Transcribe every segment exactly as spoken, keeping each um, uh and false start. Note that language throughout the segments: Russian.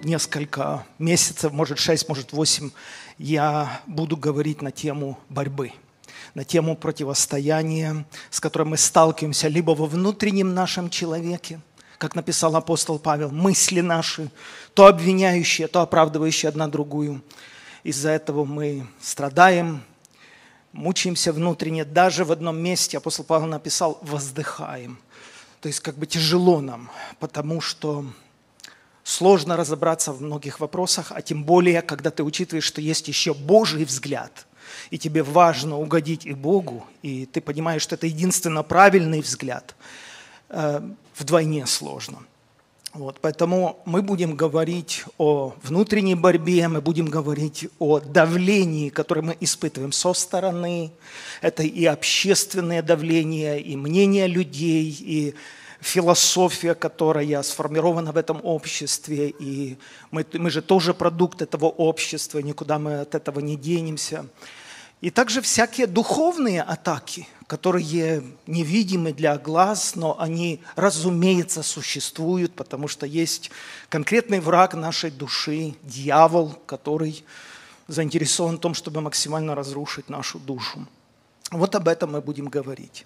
несколько месяцев, может шесть, может восемь, я буду говорить на тему борьбы, на тему противостояния, с которым мы сталкиваемся либо во внутреннем нашем человеке, как написал апостол Павел, мысли наши, то обвиняющие, то оправдывающие одна другую. Из-за этого мы страдаем, мучаемся внутренне. Даже в одном месте апостол Павел написал «воздыхаем». То есть как бы тяжело нам, потому что сложно разобраться в многих вопросах, а тем более, когда ты учитываешь, что есть еще Божий взгляд, и тебе важно угодить и Богу, и ты понимаешь, что это единственно правильный взгляд, вдвойне сложно. Вот, поэтому мы будем говорить о внутренней борьбе, мы будем говорить о давлении, которое мы испытываем со стороны. Это и общественное давление, и мнение людей, и философия, которая сформирована в этом обществе. И мы, мы же тоже продукт этого общества, никуда мы от этого не денемся. И также всякие духовные атаки, которые невидимы для глаз, но они, разумеется, существуют, потому что есть конкретный враг нашей души, дьявол, который заинтересован в том, чтобы максимально разрушить нашу душу. Вот об этом мы будем говорить.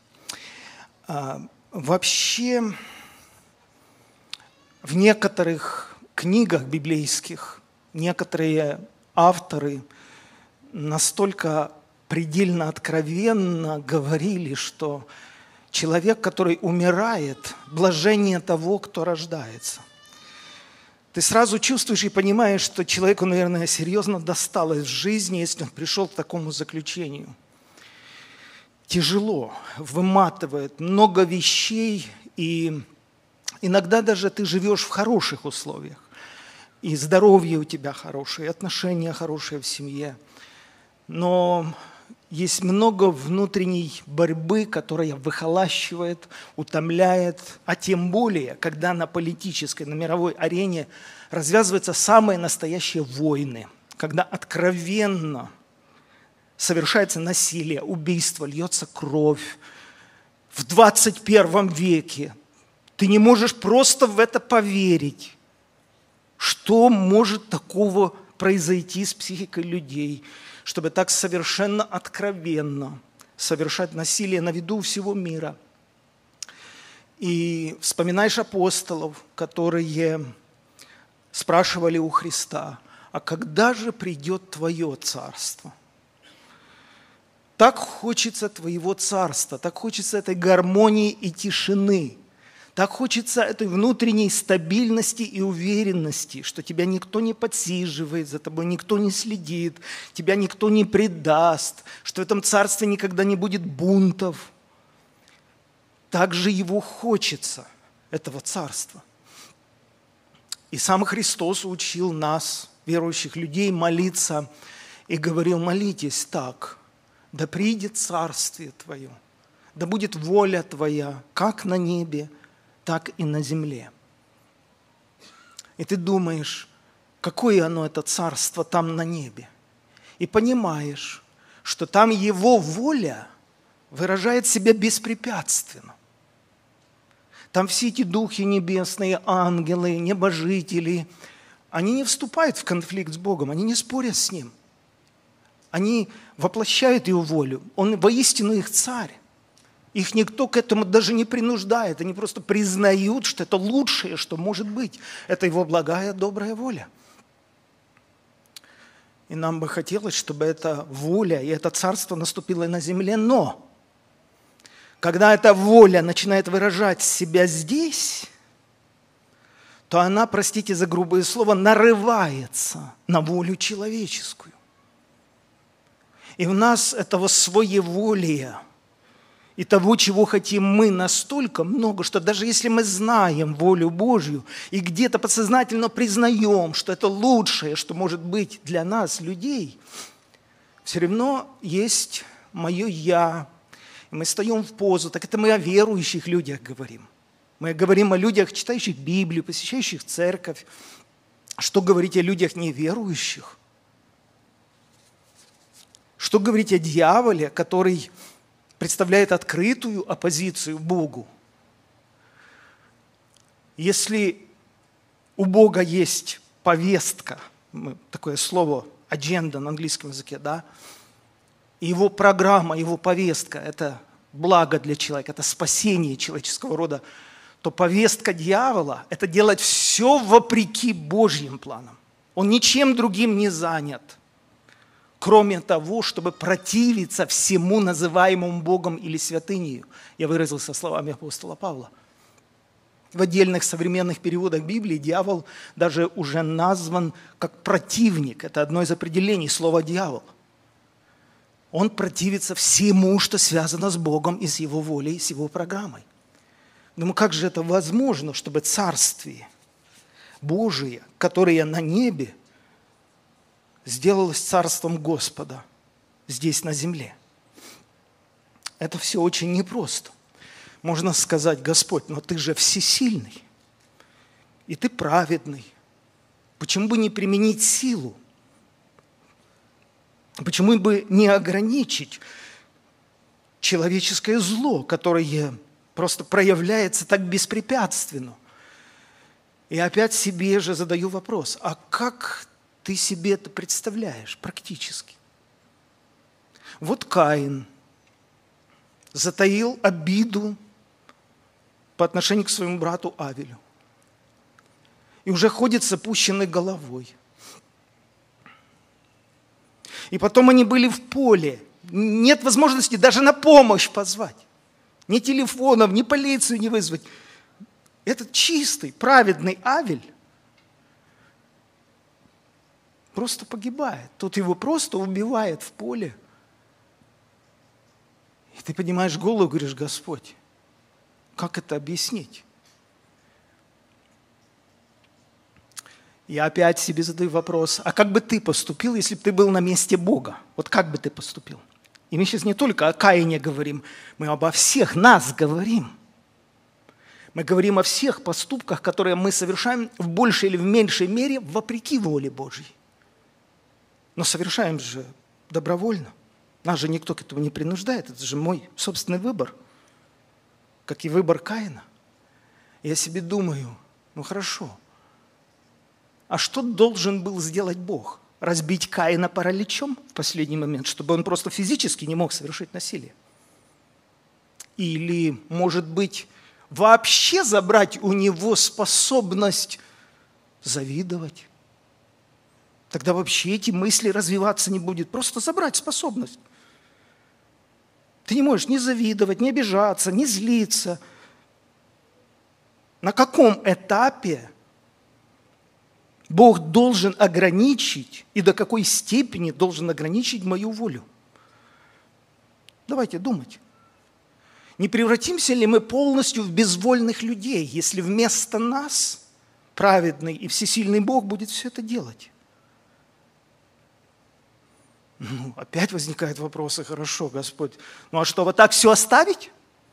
Вообще, в некоторых книгах библейских некоторые авторы настолько предельно откровенно говорили, что человек, который умирает, блажение того, кто рождается. Ты сразу чувствуешь и понимаешь, что человеку, наверное, серьезно досталось в жизни, если он пришел к такому заключению. Тяжело, выматывает, много вещей, и иногда даже ты живешь в хороших условиях, и здоровье у тебя хорошее, и отношения хорошие в семье, но есть много внутренней борьбы, которая выхолащивает, утомляет, а тем более, когда на политической, на мировой арене развязываются самые настоящие войны, когда откровенно совершается насилие, убийство, льется кровь. В двадцать первом веке ты не можешь просто в это поверить. Что может такого произойти с психикой людей, чтобы так совершенно откровенно совершать насилие на виду всего мира? И вспоминаешь апостолов, которые спрашивали у Христа, а когда же придет Твое царство? Так хочется Твоего царства, так хочется этой гармонии и тишины, так хочется этой внутренней стабильности и уверенности, что тебя никто не подсиживает, за тобой никто не следит, тебя никто не предаст, что в этом царстве никогда не будет бунтов. Так же его хочется, этого царства. И сам Христос учил нас, верующих людей, молиться и говорил: молитесь так: да придет царствие Твое, да будет воля Твоя, как на небе, так и на земле. И ты думаешь, какое оно, это царство там на небе. И понимаешь, что там Его воля выражает себя беспрепятственно. Там все эти духи небесные, ангелы, небожители, они не вступают в конфликт с Богом, они не спорят с Ним. Они воплощают Его волю. Он воистину их царь. Их никто к этому даже не принуждает. Они просто признают, что это лучшее, что может быть. Это Его благая, добрая воля. И нам бы хотелось, чтобы эта воля и это царство наступило на земле. Но когда эта воля начинает выражать себя здесь, то она, простите за грубое слово, нарывается на волю человеческую. И в нас этого своеволия и того, чего хотим мы, настолько много, что даже если мы знаем волю Божью и где-то подсознательно признаем, что это лучшее, что может быть для нас, людей, все равно есть мое «я». И мы встаем в позу. Так это мы о верующих людях говорим. Мы говорим о людях, читающих Библию, посещающих церковь. Что говорить о людях неверующих? Что говорить о дьяволе, который представляет открытую оппозицию Богу? Если у Бога есть повестка, такое слово agenda на английском языке, да, и его программа, его повестка – это благо для человека, это спасение человеческого рода, то повестка дьявола – это делать все вопреки Божьим планам. Он ничем другим не занят, кроме того, чтобы противиться всему называемому Богом или святынею. Я выразился словами апостола Павла. В отдельных современных переводах Библии дьявол даже уже назван как противник. Это одно из определений слова «дьявол». Он противится всему, что связано с Богом и с Его волей, и с Его программой. Думаю, как же это возможно, чтобы Царствие Божие, которое на небе, сделалось царством Господа здесь на земле? Это все очень непросто. Можно сказать: Господь, но Ты же всесильный, и Ты праведный. Почему бы не применить силу? Почему бы не ограничить человеческое зло, которое просто проявляется так беспрепятственно? И опять себе же задаю вопрос: а как ты себе это представляешь практически? Вот Каин затаил обиду по отношению к своему брату Авелю и уже ходит с опущенной головой. И потом они были в поле. Нет возможности даже на помощь позвать. Ни телефонов, ни полицию не вызвать. Этот чистый, праведный Авель просто погибает. Тут его просто убивает в поле. И ты поднимаешь голову и говоришь: Господь, как это объяснить? Я опять себе задаю вопрос: а как бы ты поступил, если бы ты был на месте Бога? Вот как бы ты поступил? И мы сейчас не только о Каине говорим, мы обо всех нас говорим. Мы говорим о всех поступках, которые мы совершаем в большей или в меньшей мере вопреки воле Божьей. Но совершаем же добровольно. Нас же никто к этому не принуждает. Это же мой собственный выбор, как и выбор Каина. Я себе думаю: ну хорошо, а что должен был сделать Бог? Разбить Каина параличом в последний момент, чтобы он просто физически не мог совершить насилие? Или, может быть, вообще забрать у него способность завидовать? Тогда вообще эти мысли развиваться не будет. Просто забрать способность. Ты не можешь ни завидовать, ни обижаться, ни злиться. На каком этапе Бог должен ограничить и до какой степени должен ограничить мою волю? Давайте думать. Не превратимся ли мы полностью в безвольных людей, если вместо нас праведный и всесильный Бог будет все это делать? Ну, опять возникают вопросы: хорошо, Господь, ну а что, вот так все оставить?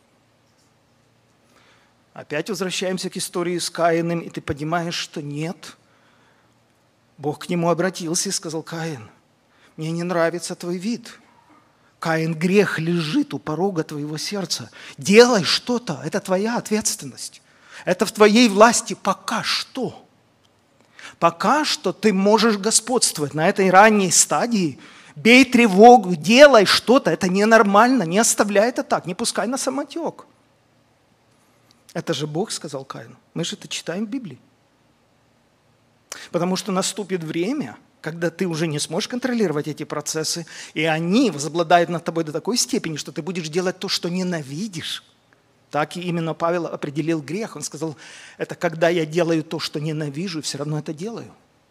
Опять возвращаемся к истории с Каином, и ты понимаешь, что нет. Бог к нему обратился и сказал: Каин, мне не нравится твой вид. Каин, грех лежит у порога твоего сердца. Делай что-то, это твоя ответственность. Это в твоей власти пока что. Пока что ты можешь господствовать на этой ранней стадии. Бей тревогу, делай что-то. Это ненормально, не оставляй это так, не пускай на самотек. Это же Бог сказал Каину. Мы же это читаем в Библии. Потому что наступит время, когда ты уже не сможешь контролировать эти процессы, и они возобладают над тобой до такой степени, что ты будешь делать то, что ненавидишь. Так и именно Павел определил грех. Он сказал: это когда я делаю то, что ненавижу, и все равно это делаю.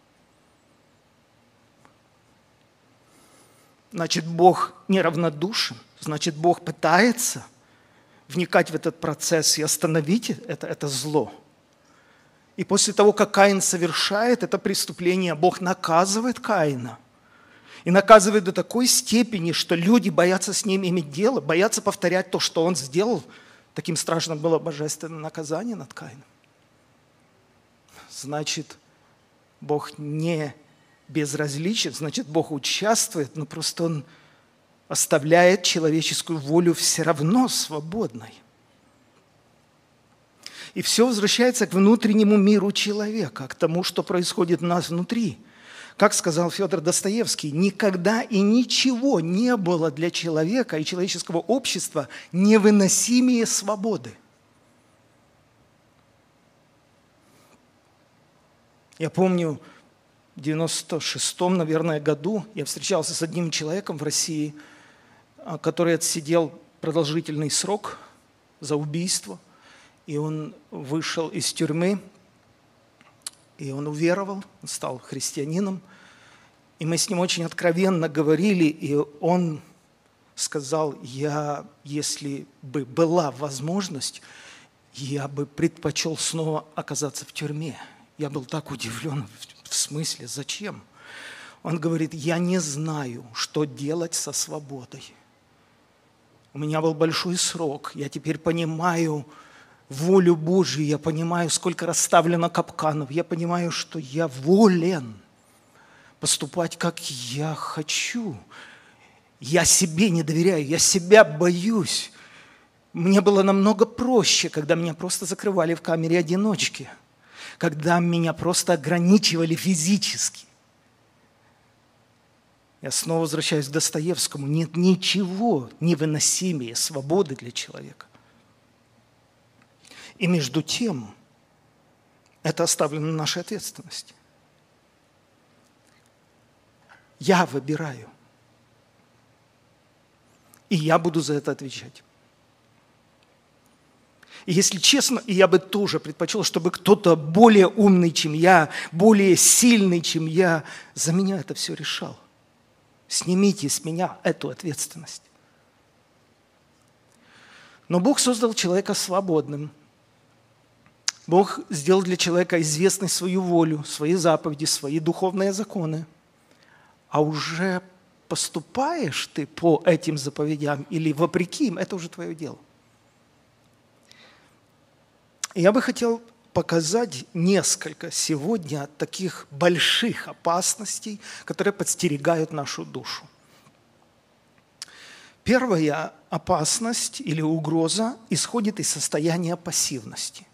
Значит, Бог неравнодушен, значит, Бог пытается вникать в этот процесс и остановить это, это зло. И после того, как Каин совершает это преступление, Бог наказывает Каина. И наказывает до такой степени, что люди боятся с ним иметь дело, боятся повторять то, что он сделал. Таким страшным было божественное наказание над Каином. Значит, Бог не безразличен, значит, Бог участвует, но просто Он оставляет человеческую волю все равно свободной. И все возвращается к внутреннему миру человека, к тому, что происходит у нас внутри. Как сказал Федор Достоевский, никогда и ничего не было для человека и человеческого общества невыносимее свободы. Я помню, в девяносто шестом, наверное, году я встречался с одним человеком в России, который отсидел продолжительный срок за убийство, и он вышел из тюрьмы, и он уверовал, он стал христианином, и мы с ним очень откровенно говорили, и он сказал: я, если бы была возможность, я бы предпочел снова оказаться в тюрьме. Я был так удивлен, в смысле, зачем? Он говорит: я не знаю, что делать со свободой. У меня был большой срок, я теперь понимаю волю Божью, я понимаю, сколько расставлено капканов, я понимаю, что я волен поступать, как я хочу. Я себе не доверяю, я себя боюсь. Мне было намного проще, когда меня просто закрывали в камере одиночки, когда меня просто ограничивали физически. Я снова возвращаюсь к Достоевскому. Нет ничего невыносимее свободы для человека. И между тем, это оставлено на нашей ответственности. Я выбираю. И я буду за это отвечать. И если честно, я бы тоже предпочел, чтобы кто-то более умный, чем я, более сильный, чем я, за меня это все решал. Снимите с меня эту ответственность. Но Бог создал человека свободным. Бог сделал для человека известной свою волю, свои заповеди, свои духовные законы. А уже поступаешь ты по этим заповедям или вопреки им, это уже твое дело. Я бы хотел показать несколько сегодня таких больших опасностей, которые подстерегают нашу душу. Первая опасность или угроза исходит из состояния пассивности.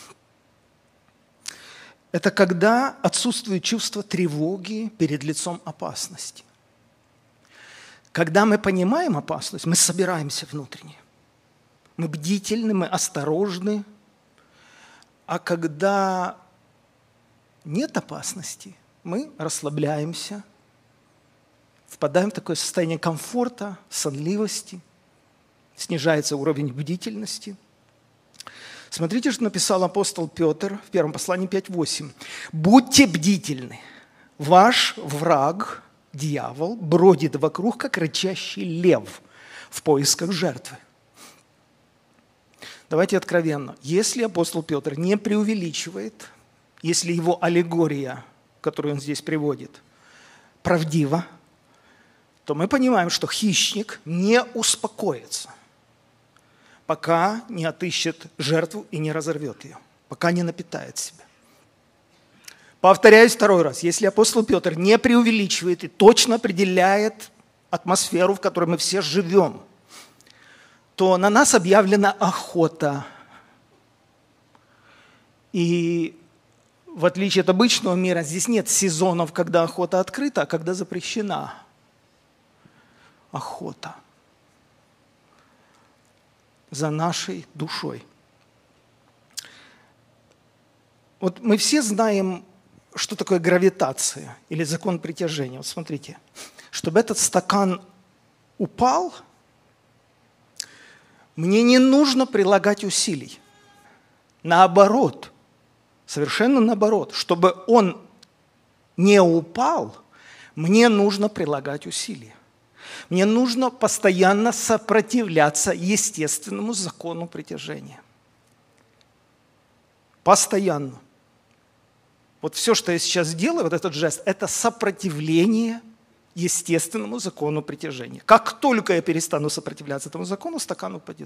Это когда отсутствует чувство тревоги перед лицом опасности. Когда мы понимаем опасность, мы собираемся внутренне. Мы бдительны, мы осторожны. А когда нет опасности, мы расслабляемся, впадаем в такое состояние комфорта, сонливости, снижается уровень бдительности. Смотрите, что написал апостол Петр в первом послании пять восемь. «Будьте бдительны, ваш враг, дьявол, бродит вокруг, как рычащий лев в поисках жертвы». Давайте откровенно. Если апостол Петр не преувеличивает, если его аллегория, которую он здесь приводит, правдива, то мы понимаем, что хищник не успокоится, пока не отыщет жертву и не разорвет ее, пока не напитает себя. Повторяюсь второй раз. Если апостол Петр не преувеличивает и точно определяет атмосферу, в которой мы все живем, то на нас объявлена охота. И в отличие от обычного мира, здесь нет сезонов, когда охота открыта, а когда запрещена охота за нашей душой. Вот мы все знаем, что такое гравитация или закон притяжения. Вот смотрите, чтобы этот стакан упал, мне не нужно прилагать усилий. Наоборот, совершенно наоборот. Чтобы он не упал, мне нужно прилагать усилия. Мне нужно постоянно сопротивляться естественному закону притяжения. Постоянно. Вот все, что я сейчас делаю, вот этот жест, это сопротивление естественному закону притяжения. Как только я перестану сопротивляться этому закону, стакан упадет.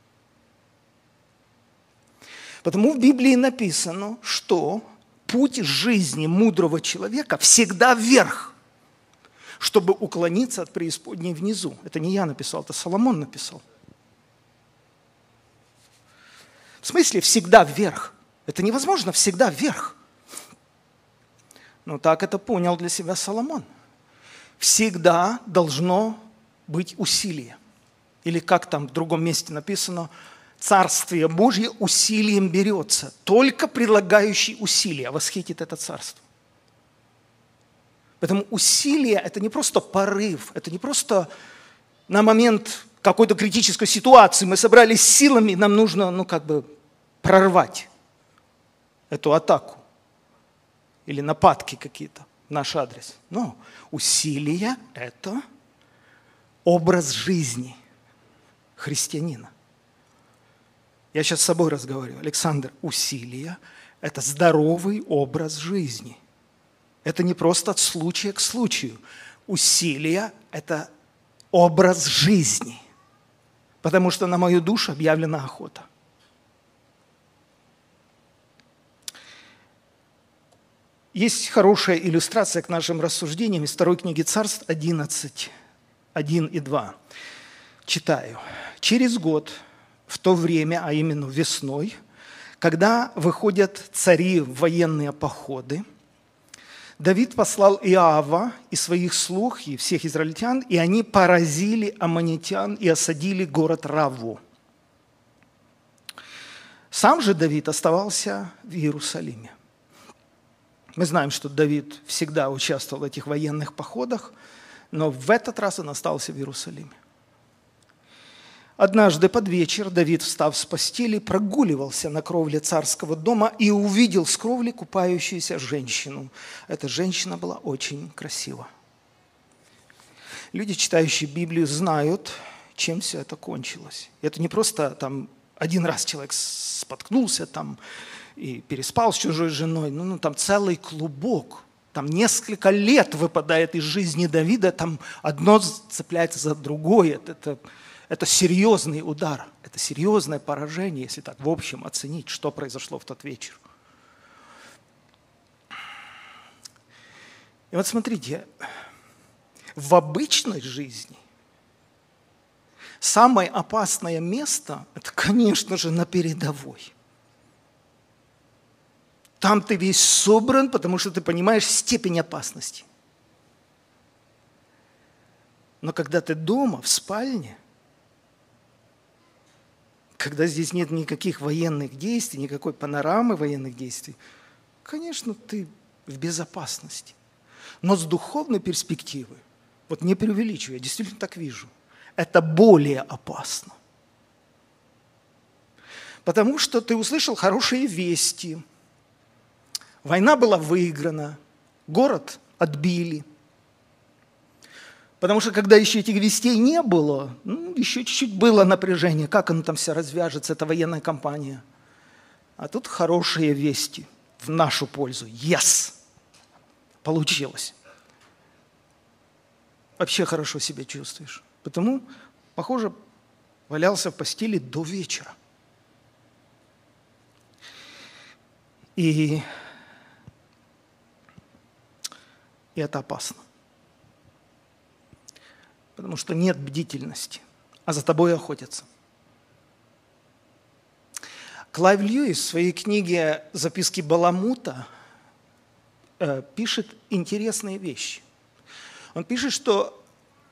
Потому в Библии написано, что путь жизни мудрого человека всегда вверх, чтобы уклониться от преисподней внизу. Это не я написал, это Соломон написал. В смысле всегда вверх? Это невозможно всегда вверх. Но так это понял для себя Соломон. Всегда должно быть усилие. Или как там в другом месте написано, Царствие Божье усилием берется. Только прилагающий усилия восхитит это царство. Поэтому усилие – это не просто порыв, это не просто на момент какой-то критической ситуации мы собрались силами, нам нужно, ну, как бы прорвать эту атаку или нападки какие-то в наш адрес. Но усилие – это образ жизни христианина. Я сейчас с собой разговариваю. Александр, усилие – это здоровый образ жизни. Это не просто от случая к случаю. Усилие – это образ жизни. Потому что на мою душу объявлена охота. Есть хорошая иллюстрация к нашим рассуждениям из второй книги Царств одиннадцать, один и два. Читаю. «Через год, в то время, а именно весной, когда выходят цари в военные походы, Давид послал Иоава и своих слуг, и всех израильтян, и они поразили аммонитян и осадили город Равву. Сам же Давид оставался в Иерусалиме». Мы знаем, что Давид всегда участвовал в этих военных походах, но в этот раз он остался в Иерусалиме. Однажды под вечер Давид, встав с постели, прогуливался на кровле царского дома и увидел с кровли купающуюся женщину. Эта женщина была очень красива. Люди, читающие Библию, знают, чем все это кончилось. Это не просто там один раз человек споткнулся там и переспал с чужой женой, ну, ну там целый клубок. Там несколько лет выпадает из жизни Давида, там одно цепляется за другое. Это, это серьезный удар, это серьезное поражение, если так в общем оценить, что произошло в тот вечер. И вот смотрите, в обычной жизни самое опасное место – это, конечно же, на передовой. Там ты весь собран, потому что ты понимаешь степень опасности. Но когда ты дома, в спальне, когда здесь нет никаких военных действий, никакой панорамы военных действий, конечно, ты в безопасности. Но с духовной перспективы, вот не преувеличиваю, я действительно так вижу, это более опасно. Потому что ты услышал хорошие вести, война была выиграна, город отбили. Потому что когда еще этих вестей не было, ну, еще чуть-чуть было напряжение, как оно там все развяжется, эта военная кампания. А тут хорошие вести в нашу пользу. Yes! Получилось. Вообще хорошо себя чувствуешь. Потому, похоже, валялся в постели до вечера. И, и это опасно. Потому что нет бдительности, а за тобой охотятся. Клайв Льюис в своей книге «Записки Баламута» э, пишет интересные вещи. Он пишет, что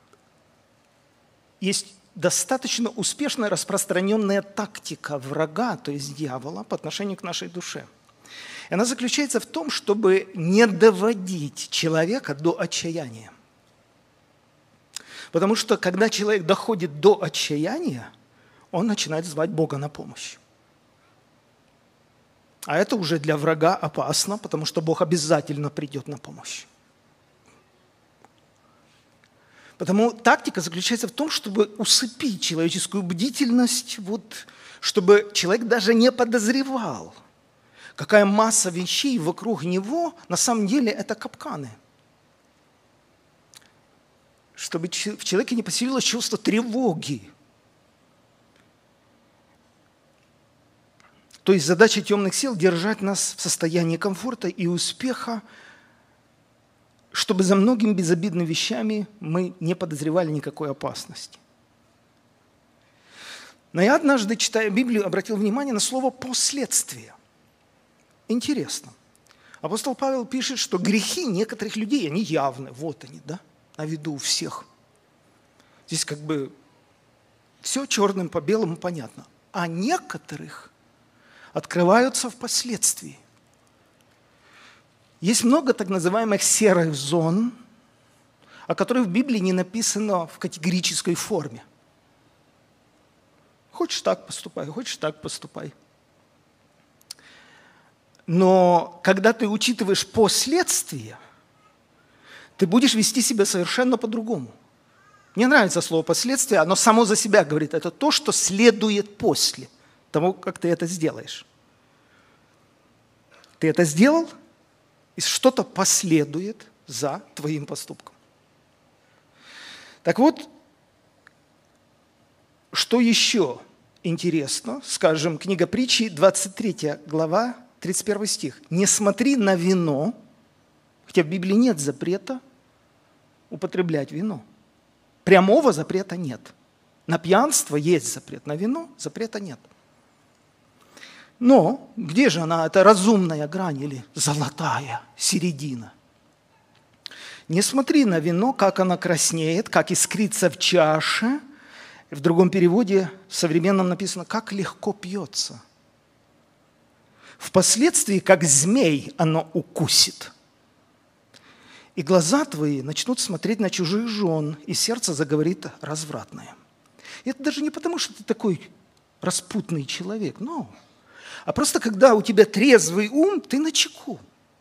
есть достаточно успешная распространенная тактика врага, то есть дьявола, по отношению к нашей душе. И она заключается в том, чтобы не доводить человека до отчаяния. Потому что, когда человек доходит до отчаяния, он начинает звать Бога на помощь. А это уже для врага опасно, потому что Бог обязательно придет на помощь. Потому тактика заключается в том, чтобы усыпить человеческую бдительность, вот, чтобы человек даже не подозревал, какая масса вещей вокруг него, на самом деле это капканы. Чтобы в человеке не поселилось чувство тревоги. То есть задача темных сил – держать нас в состоянии комфорта и успеха, чтобы за многими безобидными вещами мы не подозревали никакой опасности. Но я однажды, читая Библию, обратил внимание на слово «последствия». Интересно. Апостол Павел пишет, что грехи некоторых людей, они явны, вот они, да, на виду у всех. Здесь как бы все черным по белому понятно. А некоторых открываются впоследствии. Есть много так называемых серых зон, о которых в Библии не написано в категорической форме. Хочешь так поступай, хочешь так поступай. Но когда ты учитываешь последствия, ты будешь вести себя совершенно по-другому. Мне нравится слово «последствия», оно само за себя говорит. Это то, что следует после того, как ты это сделаешь. Ты это сделал, и что-то последует за твоим поступком. Так вот, что еще интересно, скажем, книга Притчи, двадцать третья глава, тридцать первый стих. «Не смотри на вино», хотя в Библии нет запрета употреблять вино. Прямого запрета нет. На пьянство есть запрет, на вино запрета нет. Но где же она, эта разумная грань или золотая середина? «Не смотри на вино, как оно краснеет, как искрится в чаше». В другом переводе, в современном написано, как легко пьется. Впоследствии, как змей, оно укусит. И глаза твои начнут смотреть на чужих жен, и сердце заговорит развратное. И это даже не потому, что ты такой распутный человек, но, а просто когда у тебя трезвый ум, ты начеку.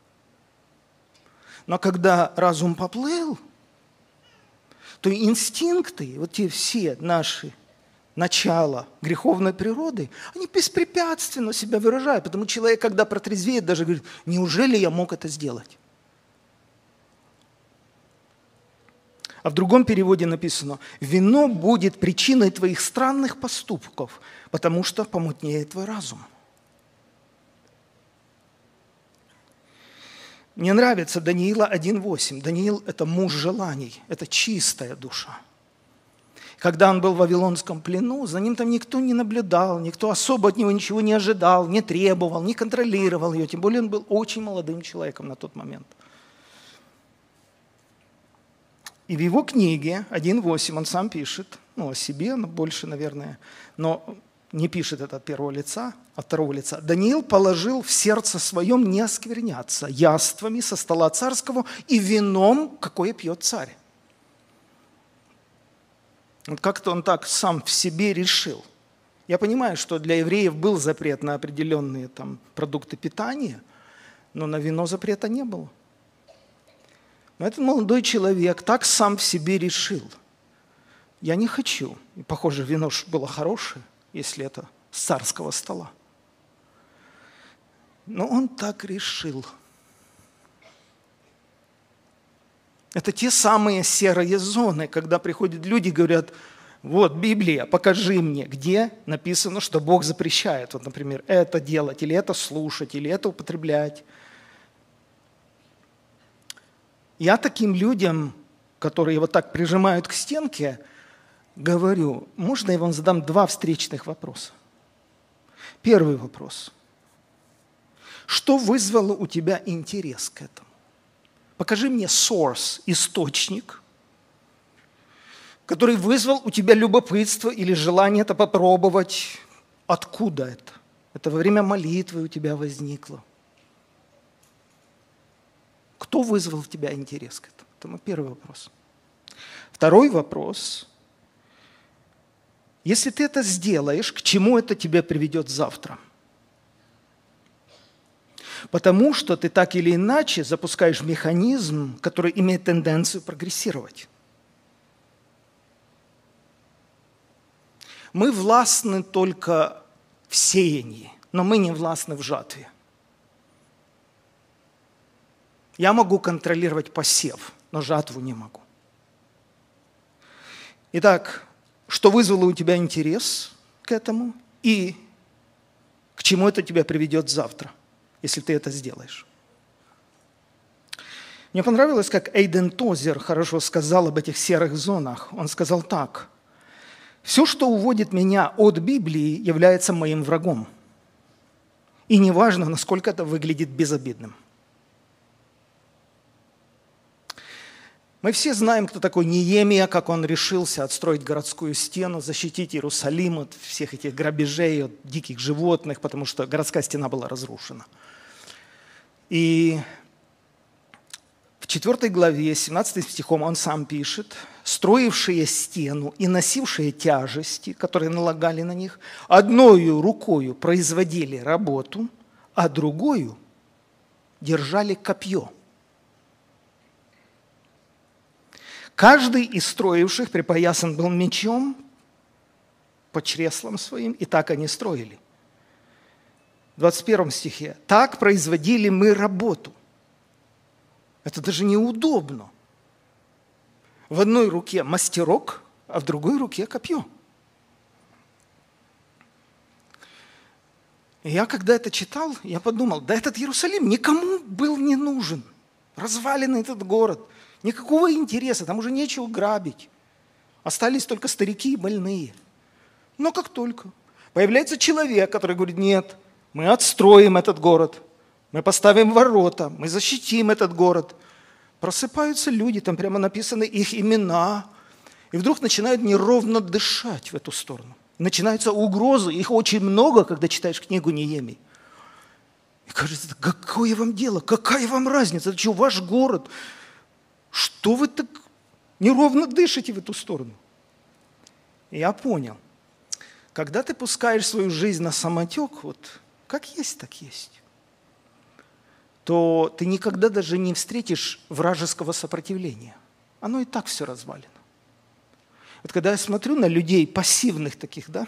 Но когда разум поплыл, то инстинкты, вот те все наши начала греховной природы, они беспрепятственно себя выражают. Потому что человек, когда протрезвеет, даже говорит, неужели я мог это сделать? А в другом переводе написано, вино будет причиной твоих странных поступков, потому что помутнеет твой разум. Мне нравится Даниила один восемь. Даниил – это муж желаний, это чистая душа. Когда он был в вавилонском плену, за ним там никто не наблюдал, никто особо от него ничего не ожидал, не требовал, не контролировал ее. Тем более он был очень молодым человеком на тот момент. И в его книге один восемь он сам пишет, ну, о себе, но больше, наверное, но не пишет это от первого лица, от второго лица. «Даниил положил в сердце своем не оскверняться яствами со стола царского и вином, какое пьет царь». Вот как-то он так сам в себе решил. Я понимаю, что для евреев был запрет на определенные там продукты питания, но на вино запрета не было. Но этот молодой человек так сам в себе решил. Я не хочу. И, похоже, вино было хорошее, если это с царского стола. Но он так решил. Это те самые серые зоны, когда приходят люди и говорят, вот Библия, покажи мне, где написано, что Бог запрещает. Вот, например, это делать, или это слушать, или это употреблять. Я таким людям, которые вот так прижимают к стенке, говорю, можно я вам задам два встречных вопроса? Первый вопрос. Что вызвало у тебя интерес к этому? Покажи мне source, источник, который вызвал у тебя любопытство или желание это попробовать. Откуда это? Это во время молитвы у тебя возникло. Кто вызвал в тебя интерес к этому? Это мой первый вопрос. Второй вопрос. Если ты это сделаешь, к чему это тебя приведет завтра? Потому что ты так или иначе запускаешь механизм, который имеет тенденцию прогрессировать. Мы властны только в сеянии, но мы не властны в жатве. Я могу контролировать посев, но жатву не могу. Итак, что вызвало у тебя интерес к этому и к чему это тебя приведет завтра, если ты это сделаешь? Мне понравилось, как Эйден Тозер хорошо сказал об этих серых зонах. Он сказал так. Все, что уводит меня от Библии, является моим врагом. И неважно, насколько это выглядит безобидным. Мы все знаем, кто такой Неемия, как он решился отстроить городскую стену, защитить Иерусалим от всех этих грабежей, от диких животных, потому что городская стена была разрушена. И в четвёртой главе, семнадцатым стихом он сам пишет: «Строившие стену и носившие тяжести, которые налагали на них, одною рукою производили работу, а другою держали копье». Каждый из строивших припоясан был мечом по чреслам своим, и так они строили. В двадцать первом стихе: «Так производили мы работу». Это даже неудобно. В одной руке мастерок, а в другой руке копье. И я, когда это читал, я подумал, да этот Иерусалим никому был не нужен. Разваленный этот город. Никакого интереса, там уже нечего грабить. Остались только старики и больные. Но как только появляется человек, который говорит: нет, мы отстроим этот город, мы поставим ворота, мы защитим этот город. Просыпаются люди, там прямо написаны их имена, и вдруг начинают неровно дышать в эту сторону. Начинаются угрозы, их очень много, когда читаешь книгу Неемии. И кажется, какое вам дело, какая вам разница, это что, ваш город? Что вы так неровно дышите в эту сторону? И я понял, когда ты пускаешь свою жизнь на самотек, вот как есть, так есть, то ты никогда даже не встретишь вражеского сопротивления. Оно и так все развалено. Вот когда я смотрю на людей пассивных таких, да,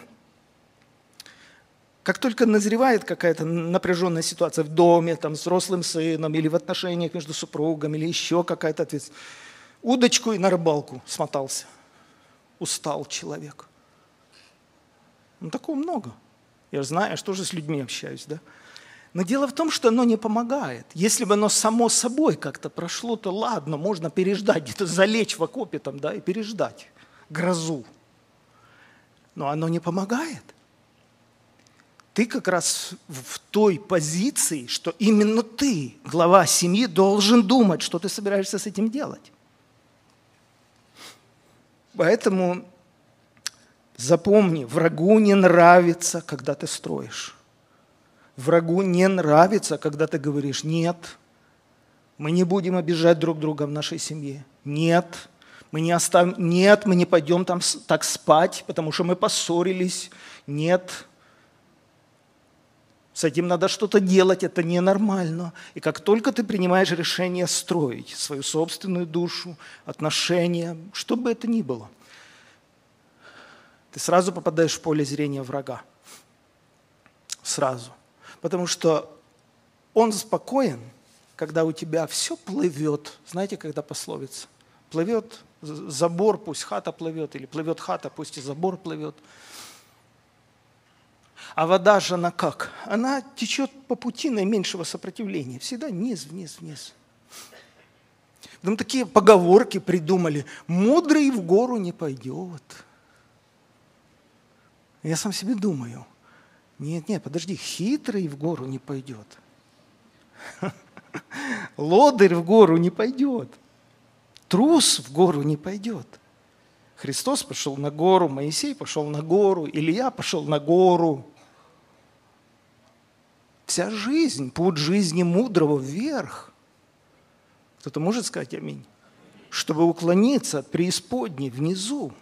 как только назревает какая-то напряженная ситуация в доме, там, с взрослым сыном, или в отношениях между супругами, или еще какая-то ответственность, удочку и на рыбалку смотался. Устал человек. Ну, такого много. Я знаю, я же тоже с людьми общаюсь, да. Но дело в том, что оно не помогает. Если бы оно само собой как-то прошло, то ладно, можно переждать, где-то залечь в окопе там, да, и переждать грозу. Но оно не помогает. Ты как раз в той позиции, что именно ты, глава семьи, должен думать, что ты собираешься с этим делать. Поэтому запомни, врагу не нравится, когда ты строишь. Врагу не нравится, когда ты говоришь: нет, мы не будем обижать друг друга в нашей семье. Нет, мы не оставим, нет, мы не пойдем там так спать, потому что мы поссорились. Нет. С этим надо что-то делать, это ненормально. И как только ты принимаешь решение строить свою собственную душу, отношения, что бы это ни было, ты сразу попадаешь в поле зрения врага. Сразу. Потому что он спокоен, когда у тебя все плывет. Знаете, когда пословица? Плывет забор, пусть хата плывет, или плывет хата, пусть и забор плывет. А вода же она как? Она течет по пути наименьшего сопротивления. Всегда вниз, вниз, вниз. Там такие поговорки придумали. Мудрый в гору не пойдет. Я сам себе думаю. Нет, нет, подожди, хитрый в гору не пойдет. Лодырь в гору не пойдет. Трус в гору не пойдет. Христос пошел на гору, Моисей пошел на гору, Илья пошел на гору. Вся жизнь, путь жизни мудрого вверх. Кто-то может сказать аминь? Чтобы уклониться от преисподней внизу.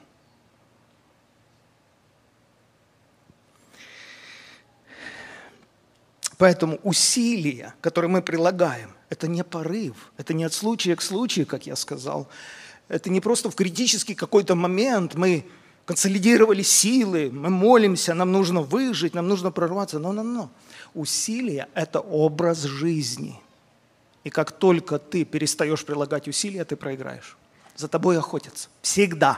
Поэтому усилия, которые мы прилагаем, это не порыв, это не от случая к случаю, как я сказал. Это не просто в критический какой-то момент мы консолидировали силы, мы молимся, нам нужно выжить, нам нужно прорваться. Но-но-но. Усилия – это образ жизни. И как только ты перестаешь прилагать усилия, ты проиграешь. За тобой охотятся. Всегда.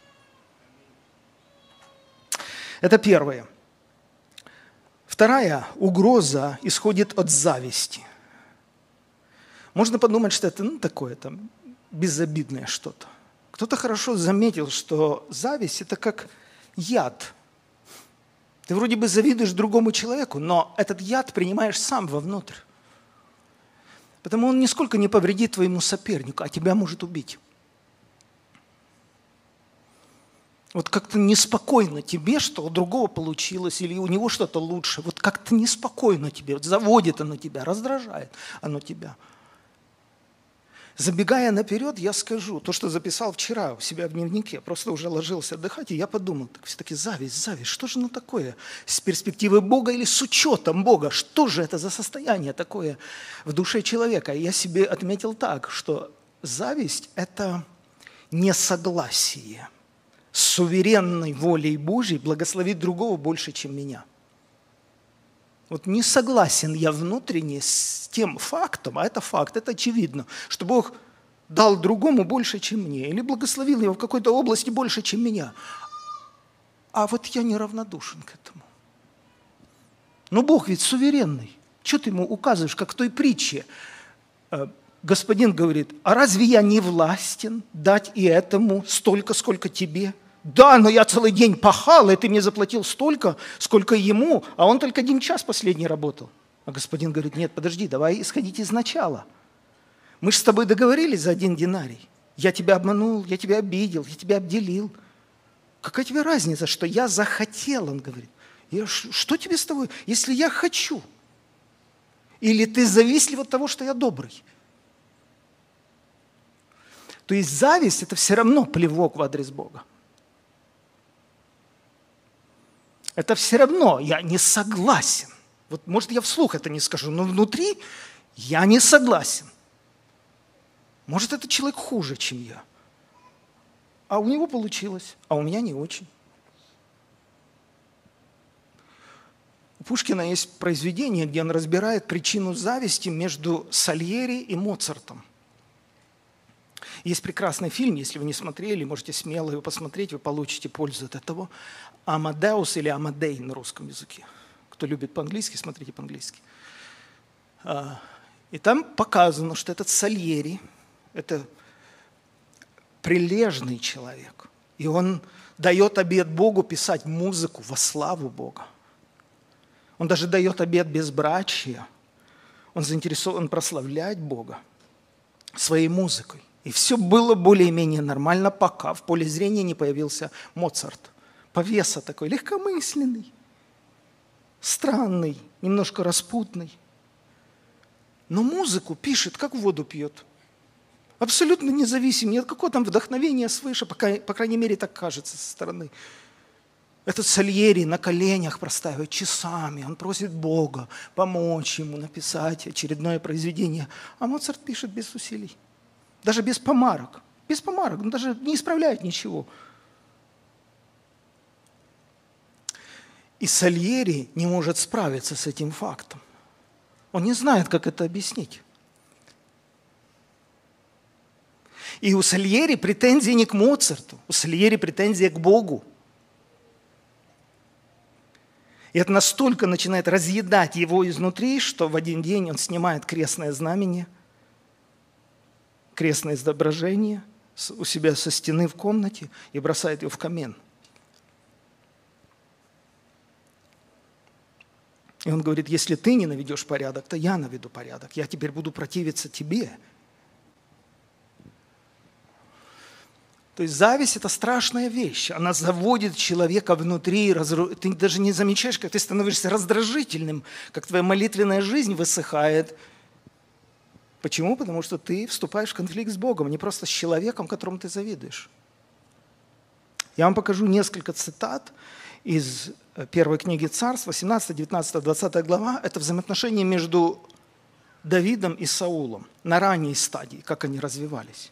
Это первое. Вторая угроза исходит от зависти. Можно подумать, что это ну, такое там, безобидное что-то. Кто-то хорошо заметил, что зависть – это как яд. Ты вроде бы завидуешь другому человеку, но этот яд принимаешь сам вовнутрь. Потому он нисколько не повредит твоему сопернику, а тебя может убить. Вот как-то неспокойно тебе, что у другого получилось, или у него что-то лучше. Вот как-то неспокойно тебе, вот заводит оно тебя, раздражает оно тебя. Забегая наперед, я скажу, то, что записал вчера у себя в дневнике, просто уже ложился отдыхать, и я подумал, так, все-таки зависть, зависть, что же оно такое? С перспективы Бога или с учетом Бога? Что же это за состояние такое в душе человека? И я себе отметил так, что зависть – это несогласие с суверенной волей Божьей благословить другого больше, чем меня. Вот не согласен я внутренне с тем фактом, а это факт, это очевидно, что Бог дал другому больше, чем мне, или благословил его в какой-то области больше, чем меня. А вот я неравнодушен к этому. Но Бог ведь суверенный. Что ты ему указываешь, как в той притче? Господин говорит, а разве я не властен дать и этому столько, сколько тебе? Да, но я целый день пахал, и ты мне заплатил столько, сколько ему, а он только один час последний работал. А господин говорит, нет, подожди, давай исходить из начала. Мы же с тобой договорились за один динарий. Я тебя обманул, я тебя обидел, я тебя обделил. Какая тебе разница, что я захотел, он говорит. Я, что тебе с тобой, если я хочу? Или ты завистлив от того, что я добрый? То есть зависть – это все равно плевок в адрес Бога. Это все равно я не согласен. Вот, может, я вслух это не скажу, но внутри я не согласен. Может, этот человек хуже, чем я. А у него получилось, а у меня не очень. У Пушкина есть произведение, где он разбирает причину зависти между Сальери и Моцартом. Есть прекрасный фильм, если вы не смотрели, можете смело его посмотреть, вы получите пользу от этого. «Амадеус» или «Амадей» на русском языке. Кто любит по-английски, смотрите по-английски. И там показано, что этот Сальери – это прилежный человек. И он дает обет Богу писать музыку во славу Бога. Он даже дает обет безбрачия. Он заинтересован прославлять Бога своей музыкой. И все было более-менее нормально, пока в поле зрения не появился Моцарт. Повеса такой, легкомысленный, странный, немножко распутный. Но музыку пишет, как воду пьет. Абсолютно независим, ни от какого там вдохновения свыше, пока, по крайней мере, так кажется со стороны. Этот Сальери на коленях простаивает часами, он просит Бога помочь ему написать очередное произведение. А Моцарт пишет без усилий, даже без помарок. Без помарок, он даже не исправляет ничего. И Сальери не может справиться с этим фактом. Он не знает, как это объяснить. И у Сальери претензии не к Моцарту, у Сальери претензии к Богу. И это настолько начинает разъедать его изнутри, что в один день он снимает крестное знамение, крестное изображение у себя со стены в комнате и бросает его в камин. И он говорит, если ты не наведешь порядок, то я наведу порядок. Я теперь буду противиться тебе. То есть зависть – это страшная вещь. Она заводит человека внутри. Разру... Ты даже не замечаешь, как ты становишься раздражительным, как твоя молитвенная жизнь высыхает. Почему? Потому что ты вступаешь в конфликт с Богом, не просто с человеком, которому ты завидуешь. Я вам покажу несколько цитат из первой книги Царств, восемнадцатая, девятнадцатая, двадцатая глава. Это взаимоотношения между Давидом и Саулом на ранней стадии, как они развивались.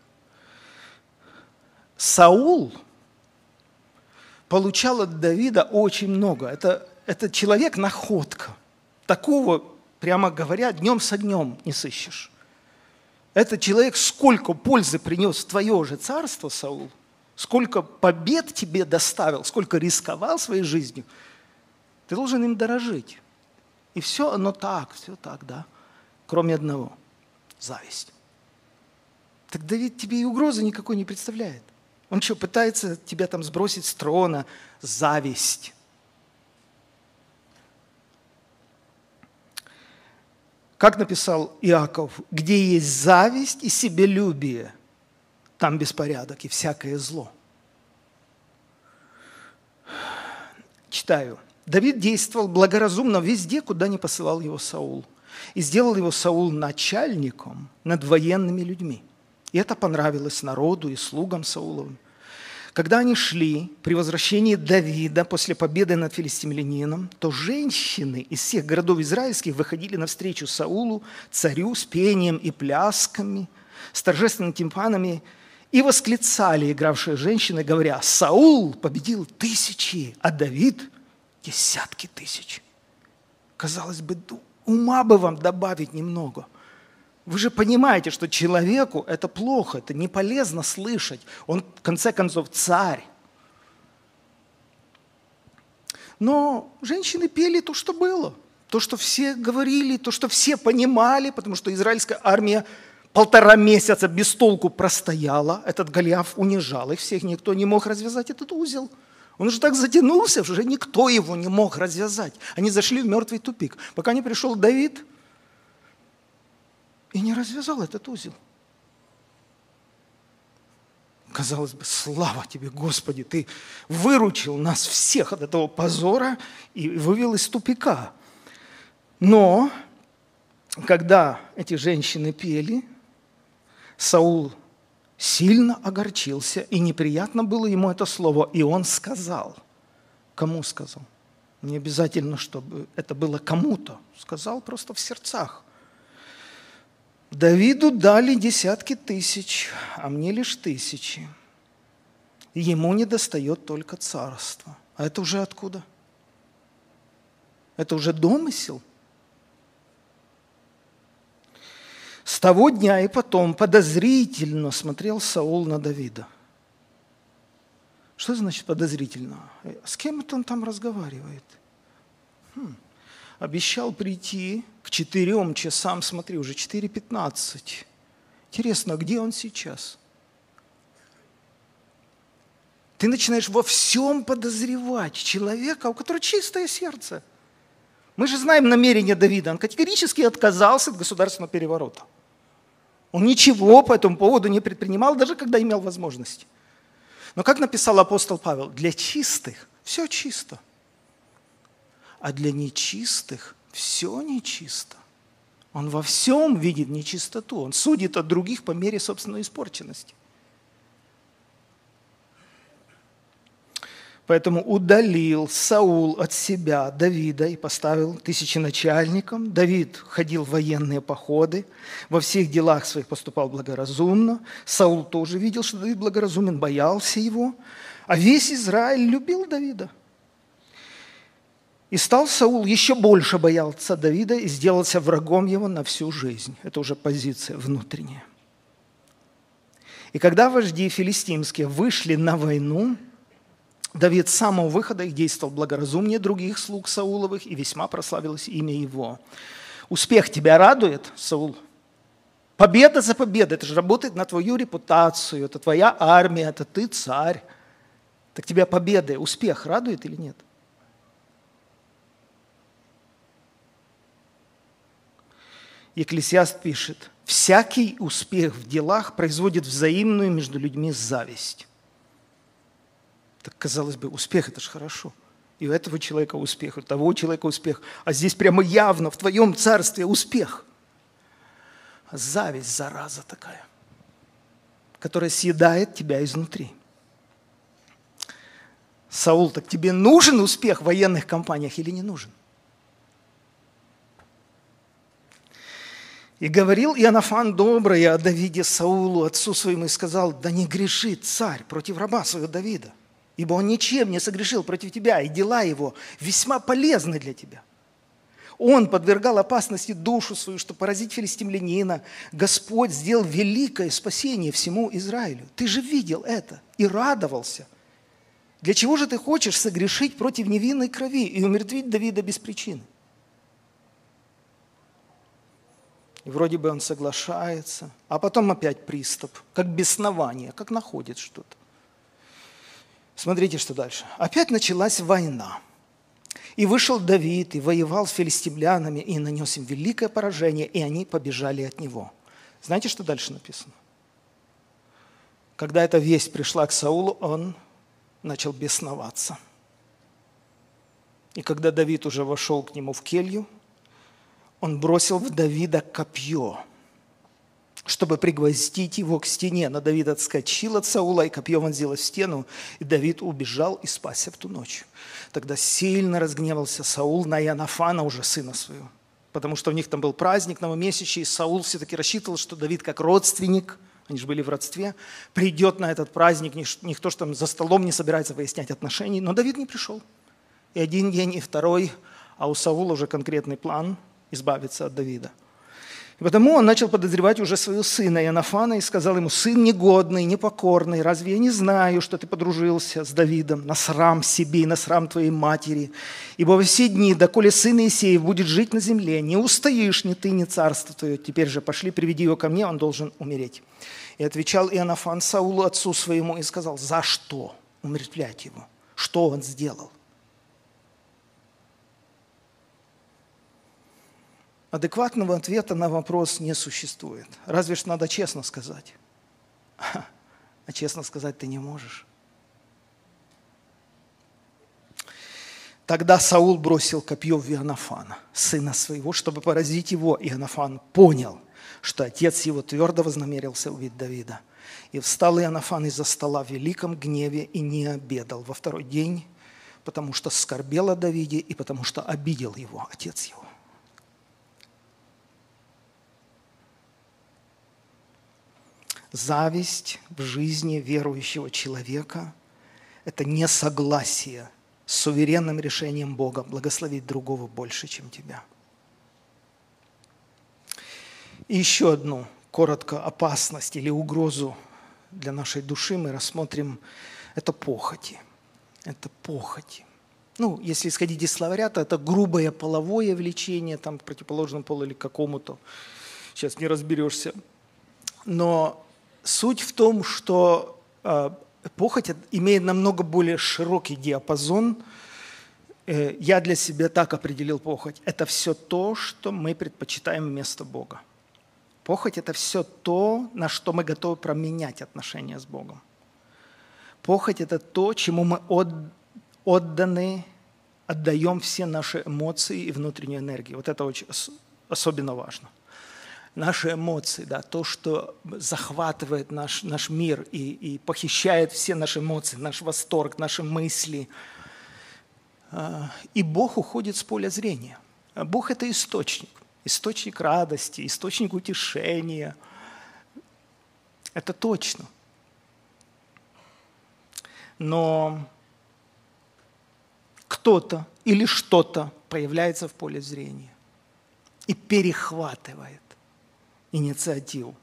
Саул получал от Давида очень много. Это, это человек-находка. Такого, прямо говоря, днем со днем не сыщешь. Этот человек сколько пользы принес в твое же царство, Саул, сколько побед тебе доставил, сколько рисковал своей жизнью, ты должен им дорожить. И все оно так, все так, да, кроме одного – зависть. Так Давид тебе и угрозы никакой не представляет. Он что, пытается тебя там сбросить с трона? Зависть. Как написал Иаков, где есть зависть и себелюбие, там беспорядок и всякое зло. Читаю. Давид действовал благоразумно везде, куда не посылал его Саул. И сделал его Саул начальником над военными людьми. И это понравилось народу и слугам Сауловым. Когда они шли при возвращении Давида после победы над филистимлянином, то женщины из всех городов израильских выходили навстречу Саулу, царю, с пением и плясками, с торжественными тимпанами, и восклицали игравшие женщины, говоря: «Саул победил тысячи, а Давид – десятки тысяч». Казалось бы, ума бы вам добавить немного. Вы же понимаете, что человеку это плохо, это не полезно слышать. Он, в конце концов, царь. Но женщины пели то, что было. То, что все говорили, то, что все понимали, потому что израильская армия полтора месяца без толку простояла. Этот Голиаф унижал их всех, никто не мог развязать этот узел. Он уже так затянулся, что уже никто его не мог развязать. Они зашли в мертвый тупик. Пока не пришел Давид и не развязал этот узел. Казалось бы, слава тебе, Господи, ты выручил нас всех от этого позора и вывел из тупика. Но, когда эти женщины пели, Саул сильно огорчился, и неприятно было ему это слово. И он сказал. Кому сказал? Не обязательно, чтобы это было кому-то. Сказал просто в сердцах. Давиду дали десятки тысяч, а мне лишь тысячи. Ему недостает только царства. А это уже откуда? Это уже домысел? С того дня и потом подозрительно смотрел Саул на Давида. Что значит подозрительно? С кем это он там разговаривает? Хм. Обещал прийти к четырем часам, смотри, уже четыре пятнадцать. Интересно, где он сейчас? Ты начинаешь во всем подозревать человека, у которого чистое сердце. Мы же знаем намерение Давида. Он категорически отказался от государственного переворота. Он ничего по этому поводу не предпринимал, даже когда имел возможность. Но как написал апостол Павел, для чистых все чисто, а для нечистых все нечисто. Он во всем видит нечистоту, он судит от других по мере собственной испорченности. Поэтому удалил Саул от себя Давида и поставил тысяченачальником. Давид ходил в военные походы, во всех делах своих поступал благоразумно. Саул тоже видел, что Давид благоразумен, боялся его. А весь Израиль любил Давида. И стал Саул еще больше бояться Давида и сделался врагом его на всю жизнь. Это уже позиция внутренняя. И когда вожди филистимские вышли на войну, Давид с самого выхода их действовал благоразумнее других слуг Сауловых, и весьма прославилось имя его. Успех тебя радует, Саул? Победа за победой, это же работает на твою репутацию, это твоя армия, это ты царь. Так тебя победа, успех радует или нет? Екклесиаст пишет: «Всякий успех в делах производит взаимную между людьми зависть». Так, казалось бы, успех – это же хорошо. И у этого человека успех, у того человека успех. А здесь прямо явно в твоем царстве успех. А зависть – зараза такая, которая съедает тебя изнутри. Саул, так тебе нужен успех в военных кампаниях или не нужен? И говорил Иоаннафан доброе о Давиде Саулу, отцу своему, и сказал: да не грешит царь против раба своего Давида, ибо он ничем не согрешил против тебя, и дела его весьма полезны для тебя. Он подвергал опасности душу свою, чтобы поразить филистимлянина. Господь сделал великое спасение всему Израилю. Ты же видел это и радовался. Для чего же ты хочешь согрешить против невинной крови и умертвить Давида без причины? И вроде бы он соглашается, а потом опять приступ, как беснование, как находит что-то. Смотрите, что дальше. Опять началась война. И вышел Давид, и воевал с филистимлянами, и нанес им великое поражение, и они побежали от него. Знаете, что дальше написано? Когда эта весть пришла к Саулу, он начал бесноваться. И когда Давид уже вошел к нему в келью, он бросил в Давида копье, чтобы пригвоздить его к стене. Но Давид отскочил от Саула, и копье вонзилось в стену, и Давид убежал и спасся в ту ночь. Тогда сильно разгневался Саул на Иоаннафана, уже сына своего, потому что у них там был праздник новомесячный, и Саул все-таки рассчитывал, что Давид как родственник, они же были в родстве, придет на этот праздник, никто же там за столом не собирается выяснять отношений, но Давид не пришел. И один день, и второй, а у Саула уже конкретный план избавиться от Давида. И потому он начал подозревать уже своего сына Иоаннафана и сказал ему: «Сын негодный, непокорный, разве я не знаю, что ты подружился с Давидом на срам себе и на срам твоей матери? Ибо во все дни, доколе сын Иисеев будет жить на земле, не устоишь ни ты, ни царство твое. Теперь же пошли, приведи его ко мне, он должен умереть». И отвечал Иоаннафан Саулу, отцу своему, и сказал: «За что умертвлять его? Что он сделал?» Адекватного ответа на вопрос не существует. Разве ж надо честно сказать. А честно сказать ты не можешь. Тогда Саул бросил копье в Иоаннафана, сына своего, чтобы поразить его. Иоаннафан понял, что отец его твердо вознамерился убить Давида. И встал Иоаннафан из-за стола в великом гневе и не обедал во второй день, потому что скорбел о Давиде и потому что обидел его, отец его. Зависть в жизни верующего человека – это несогласие с суверенным решением Бога благословить другого больше, чем тебя. И еще одну, коротко, опасность или угрозу для нашей души мы рассмотрим – это похоти. Это похоти. Ну, если исходить из словаря, то это грубое половое влечение там, к противоположному полу или к какому-то. Сейчас не разберешься. Но суть в том, что э, похоть имеет намного более широкий диапазон. Э, я для себя так определил похоть. Это все то, что мы предпочитаем вместо Бога. Похоть – это все то, на что мы готовы променять отношения с Богом. Похоть – это то, чему мы от, отданы, отдаем все наши эмоции и внутреннюю энергию. Вот это очень особенно важно. Наши эмоции, да, то, что захватывает наш, наш мир и, и похищает все наши эмоции, наш восторг, наши мысли. И Бог уходит с поля зрения. Бог – это источник, источник радости, источник утешения. Это точно. Но кто-то или что-то появляется в поле зрения и перехватывает инициативу.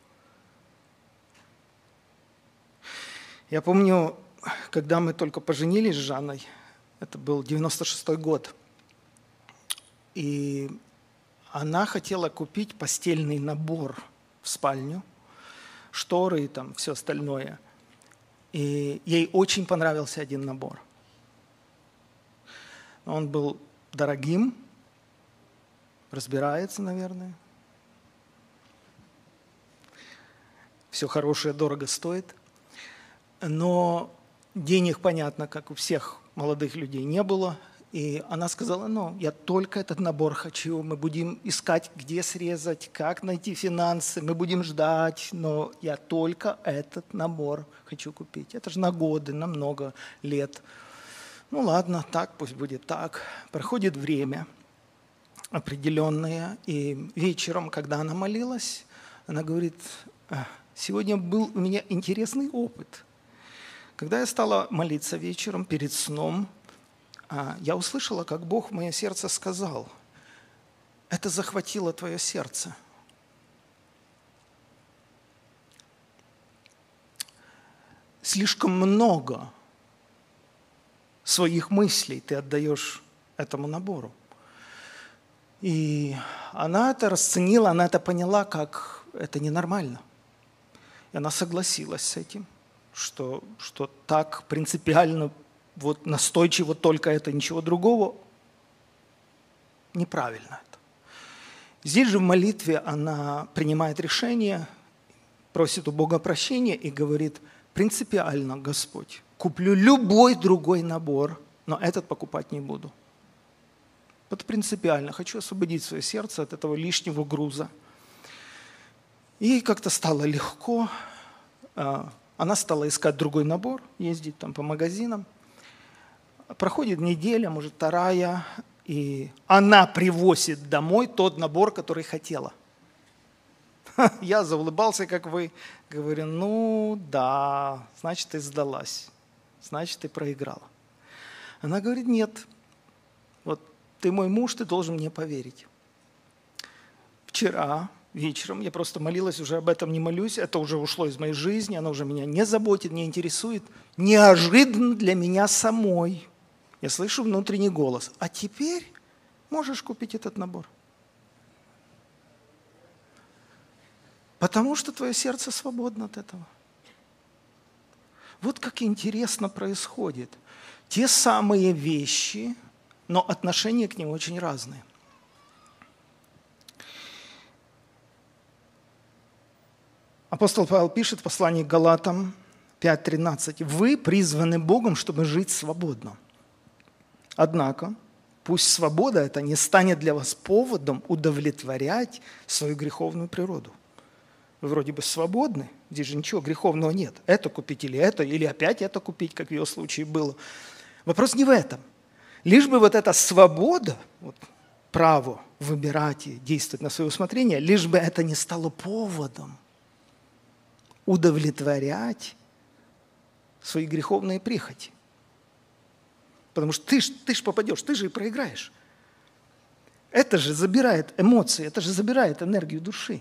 Я помню, когда мы только поженились с Жанной, это был девяносто шестой год, и она хотела купить постельный набор в спальню, шторы и там все остальное. И ей очень понравился один набор. Он был дорогим, разбирается, наверное. Все хорошее дорого стоит. Но денег, понятно, как у всех молодых людей, не было. И она сказала: ну, я только этот набор хочу. Мы будем искать, где срезать, как найти финансы. Мы будем ждать, но я только этот набор хочу купить. Это же на годы, на много лет. Ну ладно, так, пусть будет так. Проходит время определенное. И вечером, когда она молилась, она говорит: сегодня был у меня интересный опыт. Когда я стала молиться вечером перед сном, я услышала, как Бог в мое сердце сказал: это захватило твое сердце. Слишком много своих мыслей ты отдаешь этому набору. И она это расценила, она это поняла, как это ненормально. И она согласилась с этим, что, что так принципиально, вот настойчиво только это, ничего другого, неправильно это. Здесь же в молитве она принимает решение, просит у Бога прощения и говорит: принципиально, Господь, куплю любой другой набор, но этот покупать не буду. Вот принципиально. Хочу освободить свое сердце от этого лишнего груза. И как-то стало легко. Она стала искать другой набор, ездить там по магазинам. Проходит неделя, может, вторая, и она привозит домой тот набор, который хотела. Я заулыбался, как вы. Говорю: ну да, значит, ты сдалась. Значит, ты проиграла. Она говорит: нет, вот ты мой муж, ты должен мне поверить. Вчера вечером я просто молилась, уже об этом не молюсь, это уже ушло из моей жизни, оно уже меня не заботит, не интересует. Неожиданно для меня самой я слышу внутренний голос: а теперь можешь купить этот набор. Потому что твое сердце свободно от этого. Вот как интересно происходит. Те самые вещи, но отношения к ним очень разные. Апостол Павел пишет в послании к Галатам пять тринадцать: «Вы призваны Богом, чтобы жить свободно. Однако пусть свобода эта не станет для вас поводом удовлетворять свою греховную природу». Вы вроде бы свободны, здесь же ничего греховного нет. Это купить или это, или опять это купить, как в ее случае было. Вопрос не в этом. Лишь бы вот эта свобода, вот, право выбирать и действовать на свое усмотрение, лишь бы это не стало поводом удовлетворять свои греховные прихоти. Потому что ты ж, ты ж попадешь, ты же и проиграешь. Это же забирает эмоции, это же забирает энергию души.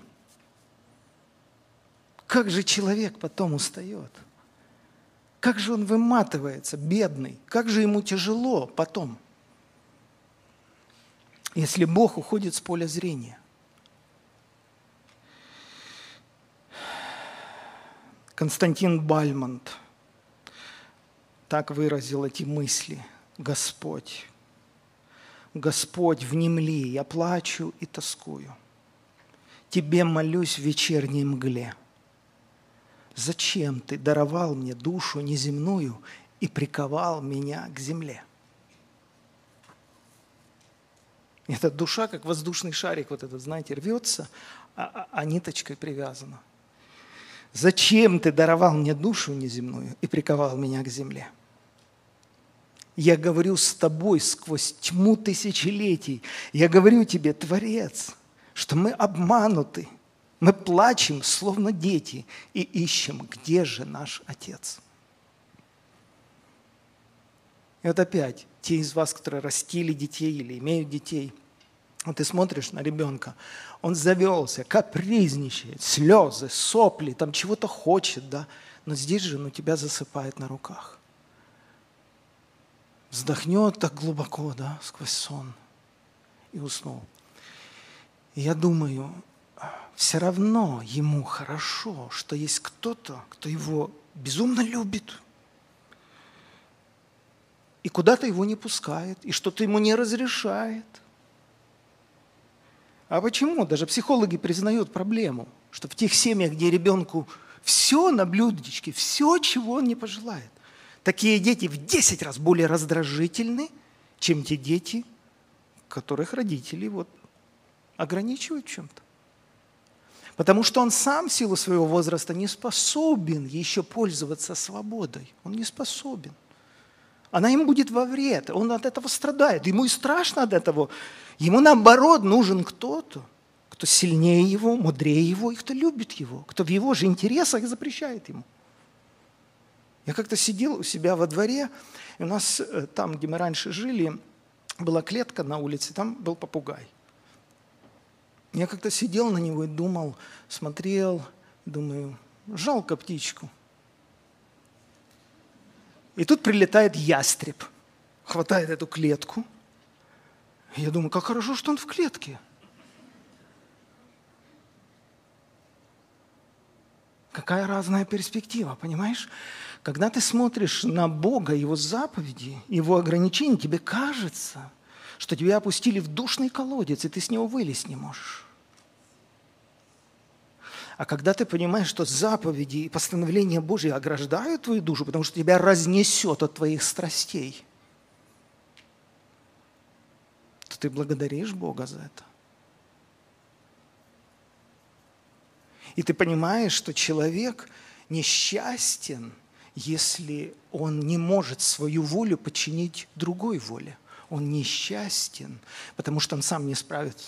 Как же человек потом устает? Как же он выматывается, бедный? Как же ему тяжело потом, если Бог уходит с поля зрения? Константин Бальмонт так выразил эти мысли: «Господь, Господь, внемли, я плачу и тоскую. Тебе молюсь в вечерней мгле. Зачем ты даровал мне душу неземную и приковал меня к земле?» Эта душа, как воздушный шарик, вот этот, знаете, рвется, а, а ниточкой привязана. «Зачем ты даровал мне душу неземную и приковал меня к земле? Я говорю с тобой сквозь тьму тысячелетий. Я говорю тебе, Творец, что мы обмануты. Мы плачем, словно дети, и ищем, где же наш Отец». И вот опять, те из вас, которые растили детей или имеют детей, вот ты смотришь на ребенка, он завелся, капризничает, слезы, сопли, там чего-то хочет, да, но здесь же он у тебя засыпает на руках. Вздохнет так глубоко, да, сквозь сон и уснул. И я думаю, все равно ему хорошо, что есть кто-то, кто его безумно любит и куда-то его не пускает, и что-то ему не разрешает. А почему? Даже психологи признают проблему, что в тех семьях, где ребенку все на блюдечке, все, чего он не пожелает, такие дети в десять раз более раздражительны, чем те дети, которых родители вот ограничивают в чем-то. Потому что он сам в силу своего возраста не способен еще пользоваться свободой. Он не способен. Она ему будет во вред, он от этого страдает. Ему и страшно от этого. Ему, наоборот, нужен кто-то, кто сильнее его, мудрее его, и кто любит его, кто в его же интересах запрещает ему. Я как-то сидел у себя во дворе, и у нас там, где мы раньше жили, была клетка на улице, там был попугай. Я как-то сидел на него и думал, смотрел, думаю, жалко птичку. И тут прилетает ястреб, хватает эту клетку. И я думаю, как хорошо, что он в клетке. Как Какая разная перспектива, понимаешь? Когда ты смотришь на Бога, Его заповеди, Его ограничения, тебе кажется, что тебя опустили в душный колодец, и ты с него вылезть не можешь. А когда ты понимаешь, что заповеди и постановления Божьи ограждают твою душу, потому что тебя разнесет от твоих страстей, то ты благодаришь Бога за это. И ты понимаешь, что человек несчастен, если он не может свою волю подчинить другой воле. Он несчастен, потому что он сам не справится.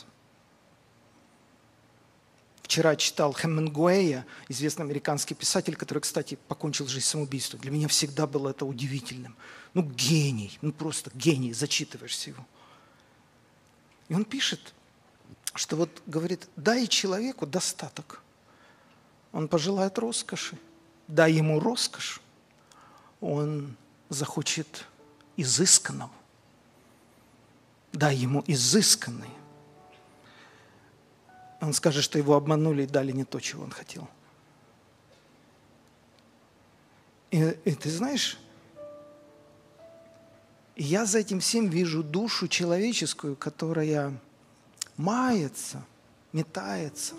Вчера читал Хемингуэя, известный американский писатель, который, кстати, покончил жизнь самоубийством. Для меня всегда было это удивительным. Ну, гений, ну просто гений, зачитываешься его. И он пишет, что вот, говорит, дай человеку достаток. Он пожелает роскоши. Дай ему роскошь, он захочет изысканного. Дай ему изысканный. Он скажет, что его обманули и дали не то, чего он хотел. И, и ты знаешь, я за этим всем вижу душу человеческую, которая мается, метается.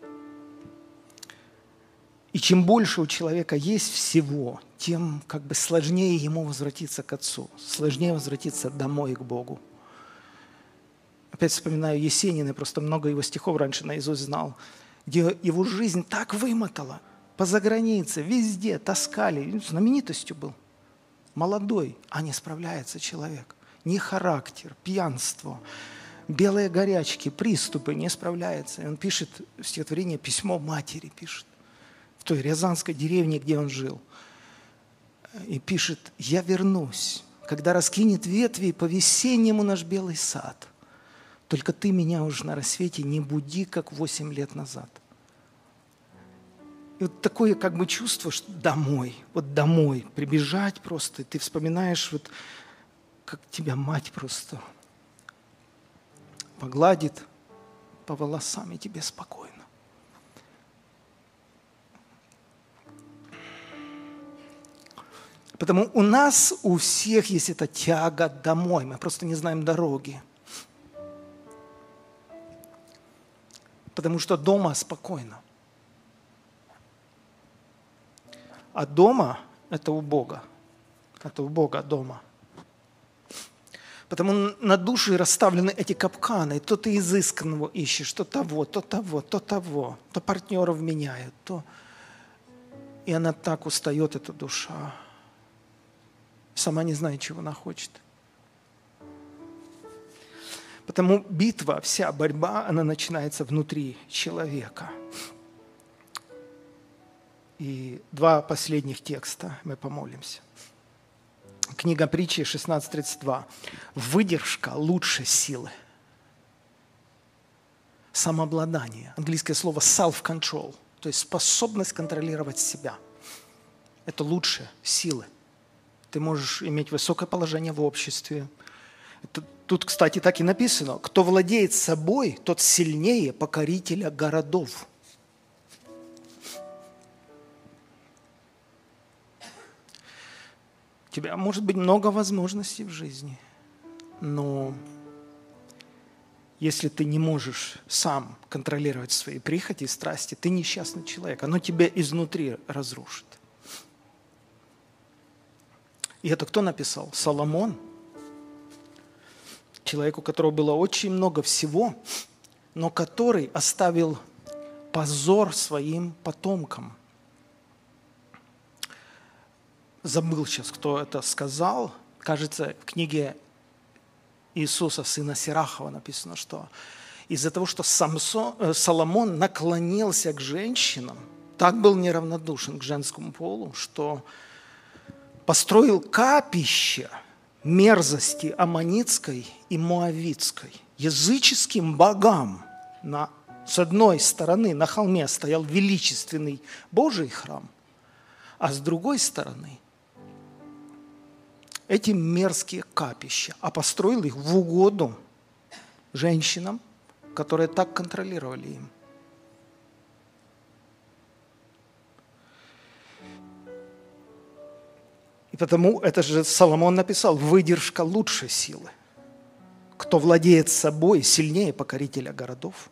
И чем больше у человека есть всего, тем как бы сложнее ему возвратиться к Отцу, сложнее возвратиться домой к Богу. Опять вспоминаю Есенина, просто много его стихов раньше наизусть знал, где его жизнь так вымотала, по загранице, везде таскали, знаменитостью был, молодой, а не справляется человек. Ни характер, пьянство, белые горячки, приступы, не справляется. И он пишет стихотворение «Письмо матери», пишет. В той рязанской деревне, где он жил. И пишет: «Я вернусь, когда раскинет ветви по-весеннему наш белый сад. Только ты меня уж на рассвете не буди, как восемь лет назад». И вот такое как бы чувство, что домой, вот домой, прибежать просто. И ты вспоминаешь, вот, как тебя мать просто погладит по волосам, и тебе спокойно. Потому у нас, у всех есть эта тяга домой. Мы просто не знаем дороги. Потому что дома спокойно. А дома – это у Бога. Это у Бога дома. Потому на душе расставлены эти капканы. То ты изысканного ищешь, то того, то того, то того. То партнеров меняют, то... И она так устает, эта душа. Сама не знает, чего она хочет. Потому битва, вся борьба, она начинается внутри человека. И два последних текста, мы помолимся. Книга Притчи шестнадцать тридцать два. Выдержка лучше силы. Самообладание. Английское слово self-control. То есть способность контролировать себя. Это лучше силы. Ты можешь иметь высокое положение в обществе. Тут, кстати, так и написано. Кто владеет собой, тот сильнее покорителя городов. У тебя может быть много возможностей в жизни, но если ты не можешь сам контролировать свои прихоти и страсти, ты несчастный человек. Оно тебя изнутри разрушит. И это кто написал? Соломон. Человек, у которого было очень много всего, но который оставил позор своим потомкам. Забыл сейчас, кто это сказал. Кажется, в книге Иисуса, сына Сирахова, написано, что из-за того, что Самсон, Соломон наклонился к женщинам, так был неравнодушен к женскому полу, что построил капище мерзости аммонитской и моавитской. Языческим богам на, с одной стороны на холме стоял величественный Божий храм, а с другой стороны эти мерзкие капища, а построил их в угоду женщинам, которые так контролировали им. И потому это же Соломон написал: выдержка лучше силы. Кто владеет собой, сильнее покорителя городов.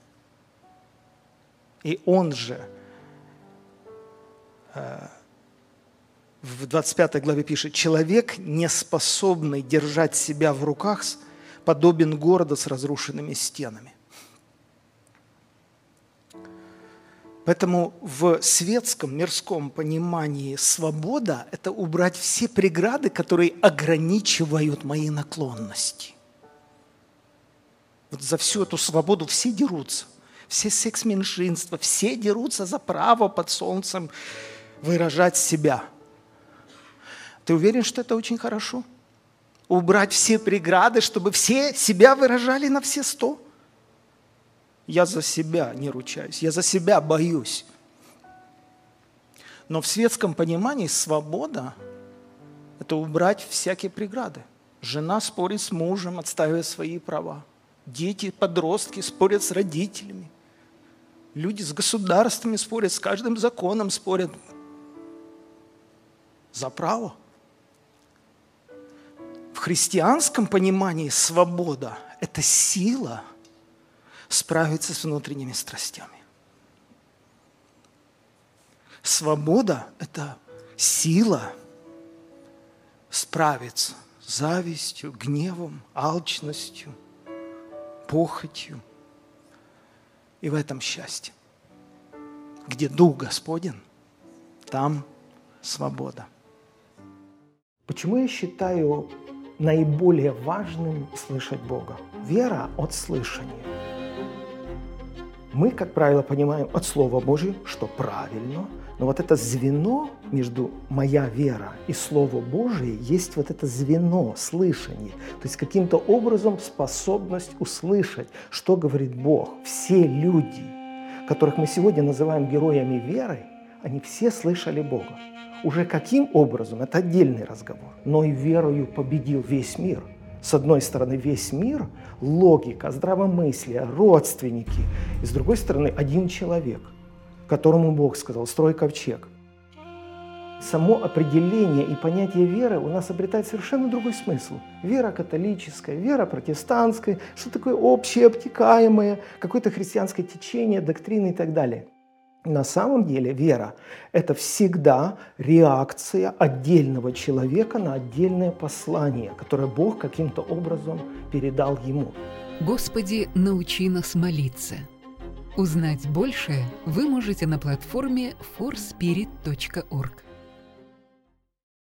И он же э, в двадцать пятой главе пишет: человек, не способный держать себя в руках, подобен городу с разрушенными стенами. Поэтому в светском, мирском понимании свобода – это убрать все преграды, которые ограничивают мои наклонности. Вот за всю эту свободу все дерутся. Все секс-меньшинства, все дерутся за право под солнцем выражать себя. Ты уверен, что это очень хорошо? Убрать все преграды, чтобы все себя выражали на все сто? Я за себя не ручаюсь, я за себя боюсь. Но в светском понимании свобода – это убрать всякие преграды. Жена спорит с мужем, отстаивая свои права. Дети, подростки спорят с родителями. Люди с государствами спорят, с каждым законом спорят. За право. В христианском понимании свобода – это сила справиться с внутренними страстями. Свобода – это сила справиться с завистью, гневом, алчностью, похотью. И в этом счастье. Где Дух Господен, там свобода. Почему я считаю наиболее важным слышать Бога? Вера от слышания. Мы, как правило, понимаем от Слова Божьего, что правильно, но вот это звено между моя вера и Слово Божие есть вот это звено слышания. То есть каким-то образом способность услышать, что говорит Бог. Все люди, которых мы сегодня называем героями веры, они все слышали Бога. Уже каким образом, это отдельный разговор. Но и верою победил весь мир. С одной стороны, весь мир, логика, здравомыслие, родственники. И с другой стороны, один человек, которому Бог сказал: строй ковчег. Само определение и понятие веры у нас обретает совершенно другой смысл. Вера католическая, вера протестантская, что такое общее, обтекаемое, какое-то христианское течение, доктрины и так далее. На самом деле вера – это всегда реакция отдельного человека на отдельное послание, которое Бог каким-то образом передал ему. Господи, научи нас молиться. Узнать большее вы можете на платформе фор спирит точка орг.